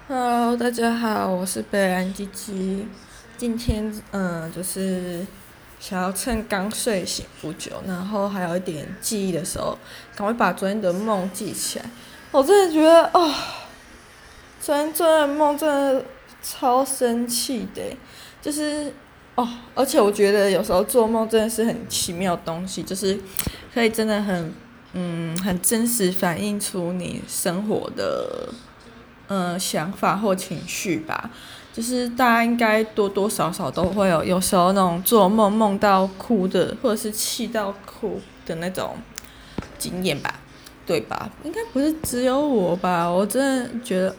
Hello，大家好，我是北兰鸡鸡。今天就是想要趁刚睡醒不久，然后还有一点记忆的时候，赶快把昨天的梦记起来。我真的觉得昨天做的梦真的超生气的欸，就是而且我觉得有时候做梦真的是很奇妙的东西，就是可以真的很真实反映出你生活的想法或情绪吧。就是大家应该多多少少都会有时候那种做梦梦到哭的，或者是气到哭的那种经验吧，对吧？应该不是只有我吧？我真的觉得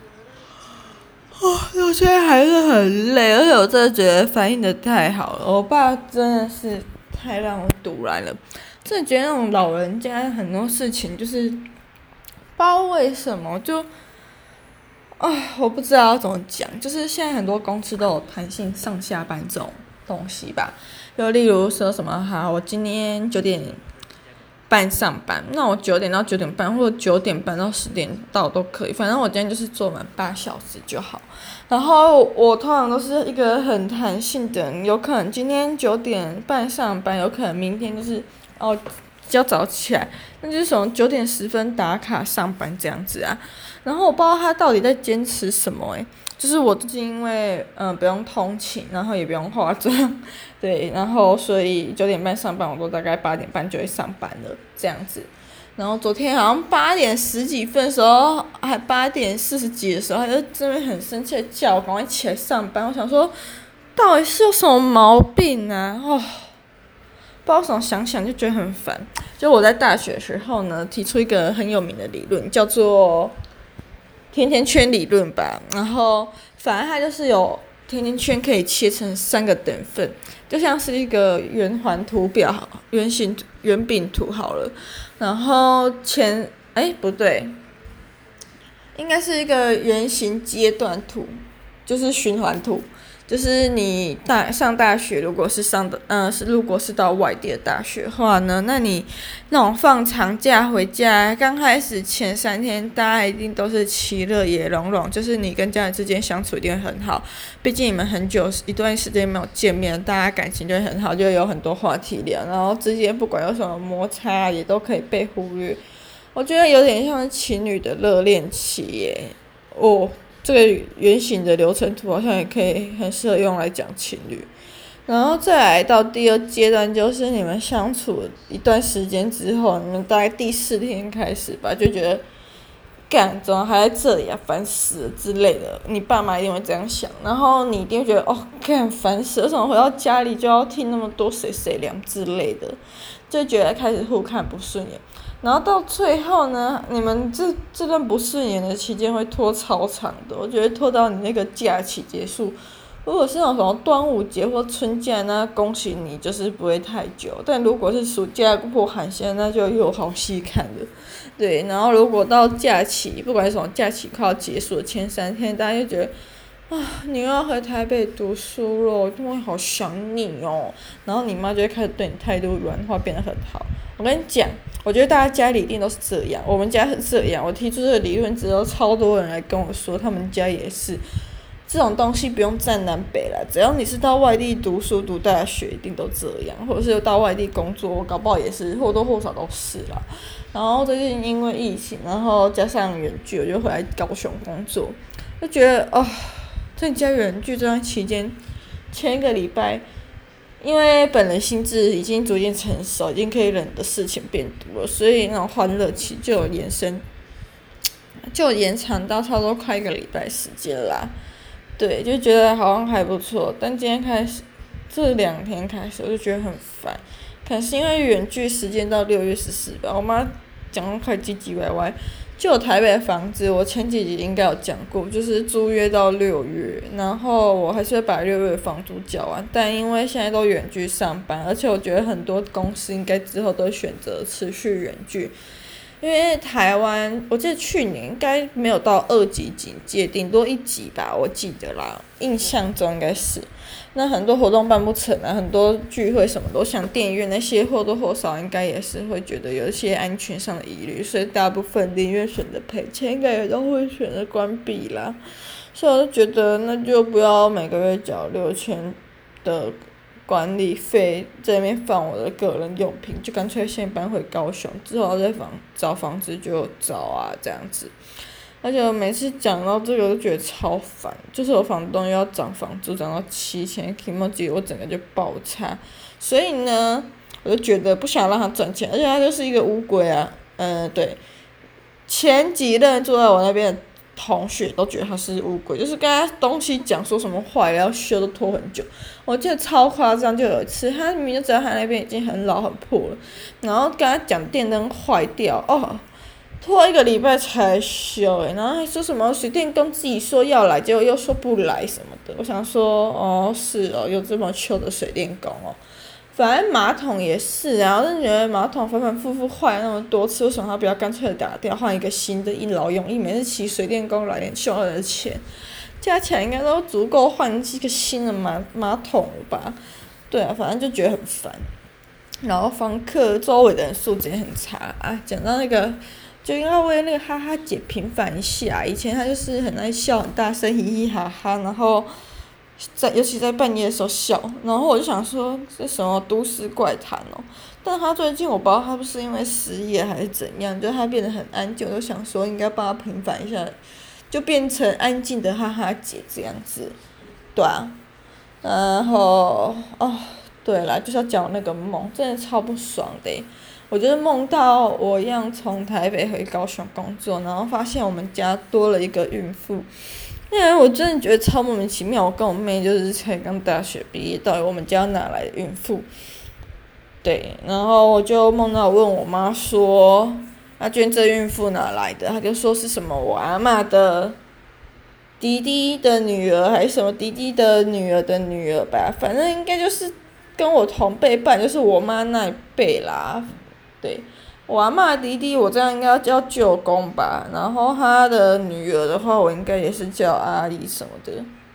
我现在还是很累，而且我真的觉得反应的太好了。我爸真的是太让我堵然了，真的觉得那种老人家很多事情就是不知道为什么我不知道要怎么讲，就是现在很多公司都有弹性上下班这种东西吧，就例如说什么哈，我今天9点半上班，那我9点到9点半或者9点半到10点到都可以，反正我今天就是做满8小时就好。然后我通常都是一个很弹性的人，有可能今天9点半上班，有可能明天就是比较早起来，那就是从9点10分打卡上班这样子啊。然后我不知道他到底在坚持什么就是我最近因为不用通勤，然后也不用化妆，对，然后所以9点半上班，我都大概8点半就会上班了这样子。然后昨天好像8点10几分的时候，还8点40几的时候，他就这边很生气的叫我赶快起来上班。我想说，到底是有什么毛病啊？不知道什么，想想就觉得很烦。就我在大学的时候呢，提出一个很有名的理论，叫做甜甜圈理论吧。然后反正它就是有甜甜圈可以切成3个等份，就像是一个圆环图表、圆形圆饼图好了。然后不对，应该是一个圆形阶段图，就是循环图。就是你上大学，如果是到外地的大学的话呢，那你那种放长假回家，刚开始前3天，大家一定都是其乐也融融，就是你跟家人之间相处一定会很好，毕竟你们很久一段时间没有见面，大家感情就会很好，就有很多话题聊，然后之间不管有什么摩擦，也都可以被忽略。我觉得有点像是情侣的热恋期耶。哦，这个圆形的流程图好像也可以很适合用来讲情侣。然后再来到第二阶段，就是你们相处一段时间之后，你们大概第4天开始吧，就觉得干怎么还在这里啊，烦死了之类的。你爸妈一定会这样想，然后你一定会觉得干烦死了，为什么回到家里就要听那么多谁谁凉之类的，就觉得开始互看不顺眼。然后到最后呢，你们这段不顺眼的期间会拖超长的，我觉得拖到你那个假期结束。如果是那种什么端午节或春假，那恭喜你，就是不会太久。但如果是暑假或寒假，那就有好戏看了。对，然后如果到假期，不管是什么假期快要结束的前3天，大家就觉得你又要回台北读书了，我真的好想你哦。然后你妈就会开始对你态度软化，变得很好。我跟你讲，我觉得大家家里一定都是这样，我们家是这样。我提出这个理论之后，超多人来跟我说，他们家也是。这种东西不用站南北啦，只要你是到外地读书读大学，一定都这样，或者是到外地工作，我搞不好也是或多或少都是啦。然后最近因为疫情，然后加上远距，我就回来高雄工作，就觉得在家远距这段期间，前一个礼拜，因为本人心智已经逐渐成熟，已经可以忍的事情变多了，所以那种欢乐期就延长到差不多快1个礼拜时间啦。对，就觉得好像还不错，但今天开始这2天开始，我就觉得很烦。可能是因为远距时间到6月14吧，我妈讲得快唧唧歪歪。就有台北的房子，我前几集应该有讲过，就是租约到6月，然后我还是会把6月的房租交完。但因为现在都远距上班，而且我觉得很多公司应该之后都选择持续远距， 因为台湾我记得去年应该没有到2级警戒，顶多1级吧，我记得啦，印象中应该是。那很多活动办不成啊，很多聚会什么都像电影院那些或多或少应该也是会觉得有一些安全上的疑虑，所以大部分电影院选择赔钱，应该也都会选择关闭啦。所以我就觉得那就不要每个月缴6000的管理费在那边放我的个人用品，就干脆先搬回高雄，之后再找房子就找啊这样子。而且我每次讲到这个都觉得超烦，就是我房东又要涨房租，涨到7000，我整个就爆炸。所以呢，我就觉得不想让他赚钱，而且他就是一个乌龟啊。对，前几任坐在我那边的同学都觉得他是乌龟，就是跟他东西讲说什么坏了要修都拖很久。我记得超夸张，就有一次他明明就知道他那边已经很老很破了，然后跟他讲电灯坏掉哦。拖1个礼拜才修然后还说什么水电工自己说要来，结果又说不来什么的。我想说，哦，是哦，有这么糗的水电工哦。反正马桶也是啊，我就觉得马桶反反复复坏那么多次，为什么他不要干脆的打掉，换一个新的，一劳永逸，每次请水电工来点秀二的钱，加起来应该都足够换一个新的马桶了吧？对啊，反正就觉得很烦。然后房客周围的人素质也很差啊。讲到那个。就应该为那个哈哈姐平反一下，以前她就是很爱笑，很大声，嘻嘻哈哈，然后尤其在半夜的时候笑，然后我就想说这什么都市怪谈哦。但她最近我不知道她不是因为失业还是怎样，就她变得很安静，我就想说应该帮她平反一下，就变成安静的哈哈姐这样子，对啊。然后对啦，就是要讲那个梦，真的超不爽的。我就是梦到我一样从台北回高雄工作，然后发现我们家多了一个孕妇，因为我真的觉得超莫名其妙。我跟我妹就是才刚大学毕业，到底我们家哪来的孕妇？对，然后我就梦到问我妈说，阿娟这孕妇哪来的？她就说是什么我阿嬷的弟弟的女儿，还是什么弟弟的女儿的女儿吧，反正应该就是跟我同辈，不然就是我妈那一辈啦。对，我阿嬷的弟弟，我这样应该要叫舅公吧，然后他的女儿的话，我应该也是叫阿姨什么的，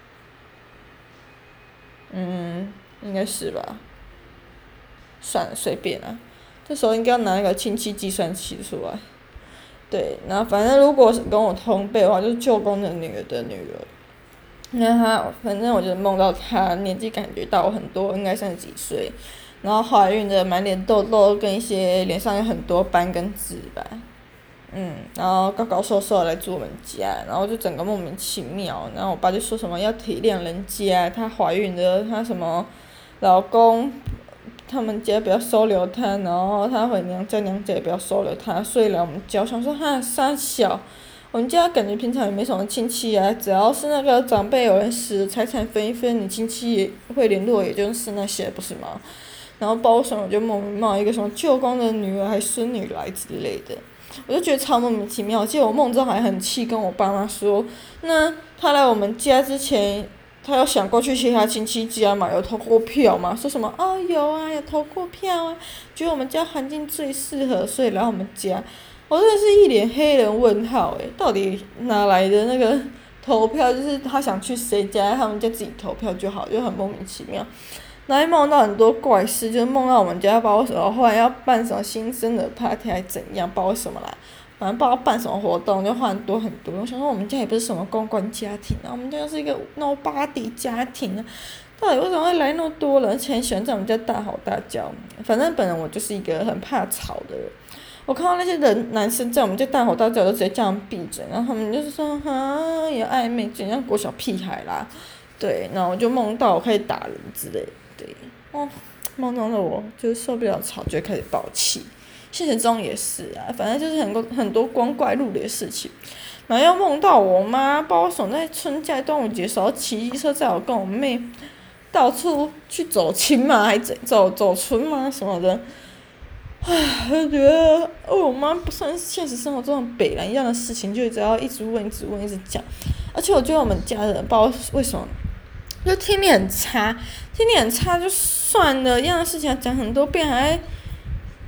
应该是吧。算了，随便啦。这时候应该要拿那个亲戚计算器出来。对，然后反正如果是跟我同辈的话，就是舅公的女儿的女儿。那反正我就梦到她年纪感觉到我很多，应该30几岁。然后怀孕的满脸痘痘跟一些脸上有很多斑跟痣吧，然后高高瘦瘦的来住我们家，然后就整个莫名其妙。然后我爸就说什么要体谅人家，她怀孕了，她什么老公他们家不要收留她，然后她回娘家，娘家也不要收留她，所以来我们家。我想说哈三小，我们家感觉平常也没什么亲戚啊，只要是那个长辈有人死，财产分一分，你亲戚也会联络，也就是那些不是吗？然后不知道为什么我就莫名冒一个什么舅公的女儿还孙女来之类的，我就觉得超莫名其妙。记得我梦中还很气，跟我爸妈说，那他来我们家之前，他有想过去其他亲戚家嘛？有投过票吗？说什么有啊，有投过票啊，觉得我们家环境最适合，所以来我们家。我真的是一脸黑人问号到底哪来的那个投票？就是他想去谁家，他们家自己投票就好，就很莫名其妙。然后梦到很多怪事，就是梦到我们家不知道为什么后来要办什么新生的 party 还怎样，不知道为什么啦。反正不知道办什么活动，就换很多很多。我想说我们家也不是什么公关家庭啊，我们家是一个 nobody 家庭啊，到底为什么会来那么多人？而且很喜欢在我们家大吼大叫。反正本人我就是一个很怕吵的人。我看到那些男生在我们家大吼大叫，就直接叫他们闭嘴，然后他们就是说有暧昧，怎样国小屁孩啦。对，然后我就梦到我可以打人之类的。对，梦中的我就是受不了吵，就开始爆气。现实中也是啊，反正就是很多光怪陆离的事情。然后又梦到我妈，不知道为什么在春假、端午节的时候骑机车载我跟我妹到处去走亲嘛，还走村嘛什么的。我就觉得我妈不算是现实生活中的北兰一样的事情，就只要一直问、一直问、一直讲。而且我觉得我们家人不知道为什么。就听力很差就算了，一样的事情要讲很多遍，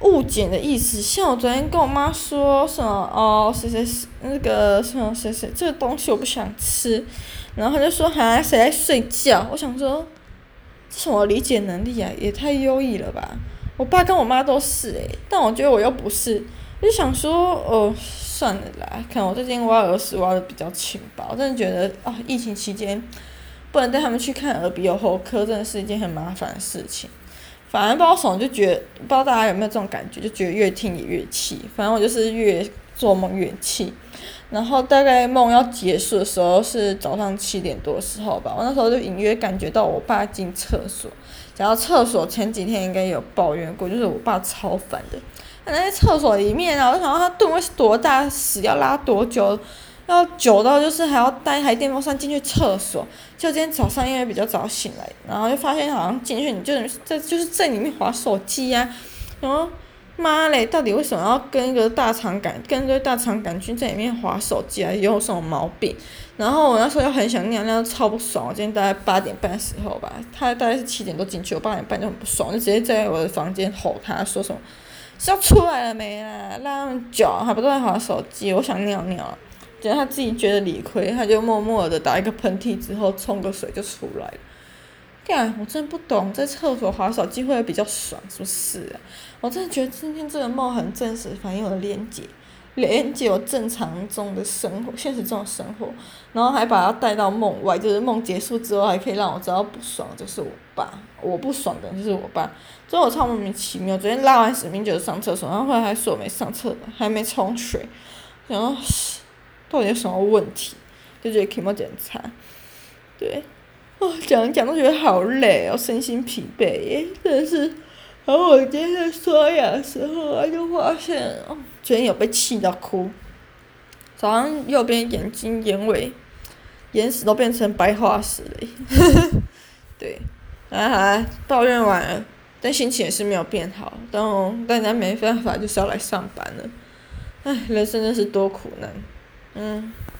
误解的意思。像我昨天跟我妈说什么哦，谁谁那个什么谁谁这个东西我不想吃，然后她就说哈谁在睡觉？我想说，这什么理解能力啊，也太优异了吧！我爸跟我妈都是但我觉得我又不是，我就想说算了啦，可能我最近挖耳屎挖的比较勤吧，我真的觉得疫情期间不能带他们去看耳鼻喉科，真的是一件很麻烦的事情。反正不知道什么，就觉得不知道大家有没有这种感觉，就觉得越听也越气。反正我就是越做梦越气。然后大概梦要结束的时候是早上7点多的时候吧，我那时候就隐约感觉到我爸进厕所。讲到厕所，前几天应该有抱怨过，就是我爸超烦的。他在厕所里面啊，我就想到他洞会是多大，屎要拉多久，要久到就是还要带一台电风扇进去厕所。就今天早上因为比较早醒来，然后就发现好像进去你就是在里面滑手机啊，然后妈嘞，到底为什么要跟一堆大肠杆菌在里面滑手机啊？有什么毛病？然后我那时候又很想尿尿，超不爽。我今天大概8点半的时候吧，他大概是7点多进去，我8点半就很不爽，就直接在我的房间吼他说什么是要出来了没啊？拉那么久还不都在滑手机？我想尿尿了。结果他自己觉得理亏，他就默默的打一个喷嚏之后冲个水就出来了。干，我真的不懂，在厕所滑手机会比较爽，是不是啊？我真的觉得今天这个梦很真实，反映我的连接我正常中的生活，现实中的生活，然后还把它带到梦外，就是梦结束之后还可以让我知道不爽就是我爸，我不爽的人就是我爸，所以我超莫名其妙。昨天拉完屎明就是上厕所，然后后来还说我没上厕所，还没冲水，然后到底有什么问题？就觉得期末检查，对。讲一讲都觉得好累哦，身心疲惫耶，真的是。然后我今天在刷牙的时候，就发现昨天有被气到哭。早上右边眼睛眼屎都变成白化石了耶。对，抱怨完了，但心情也是没有变好。但没办法，就是要来上班了。唉，人生真是多苦难。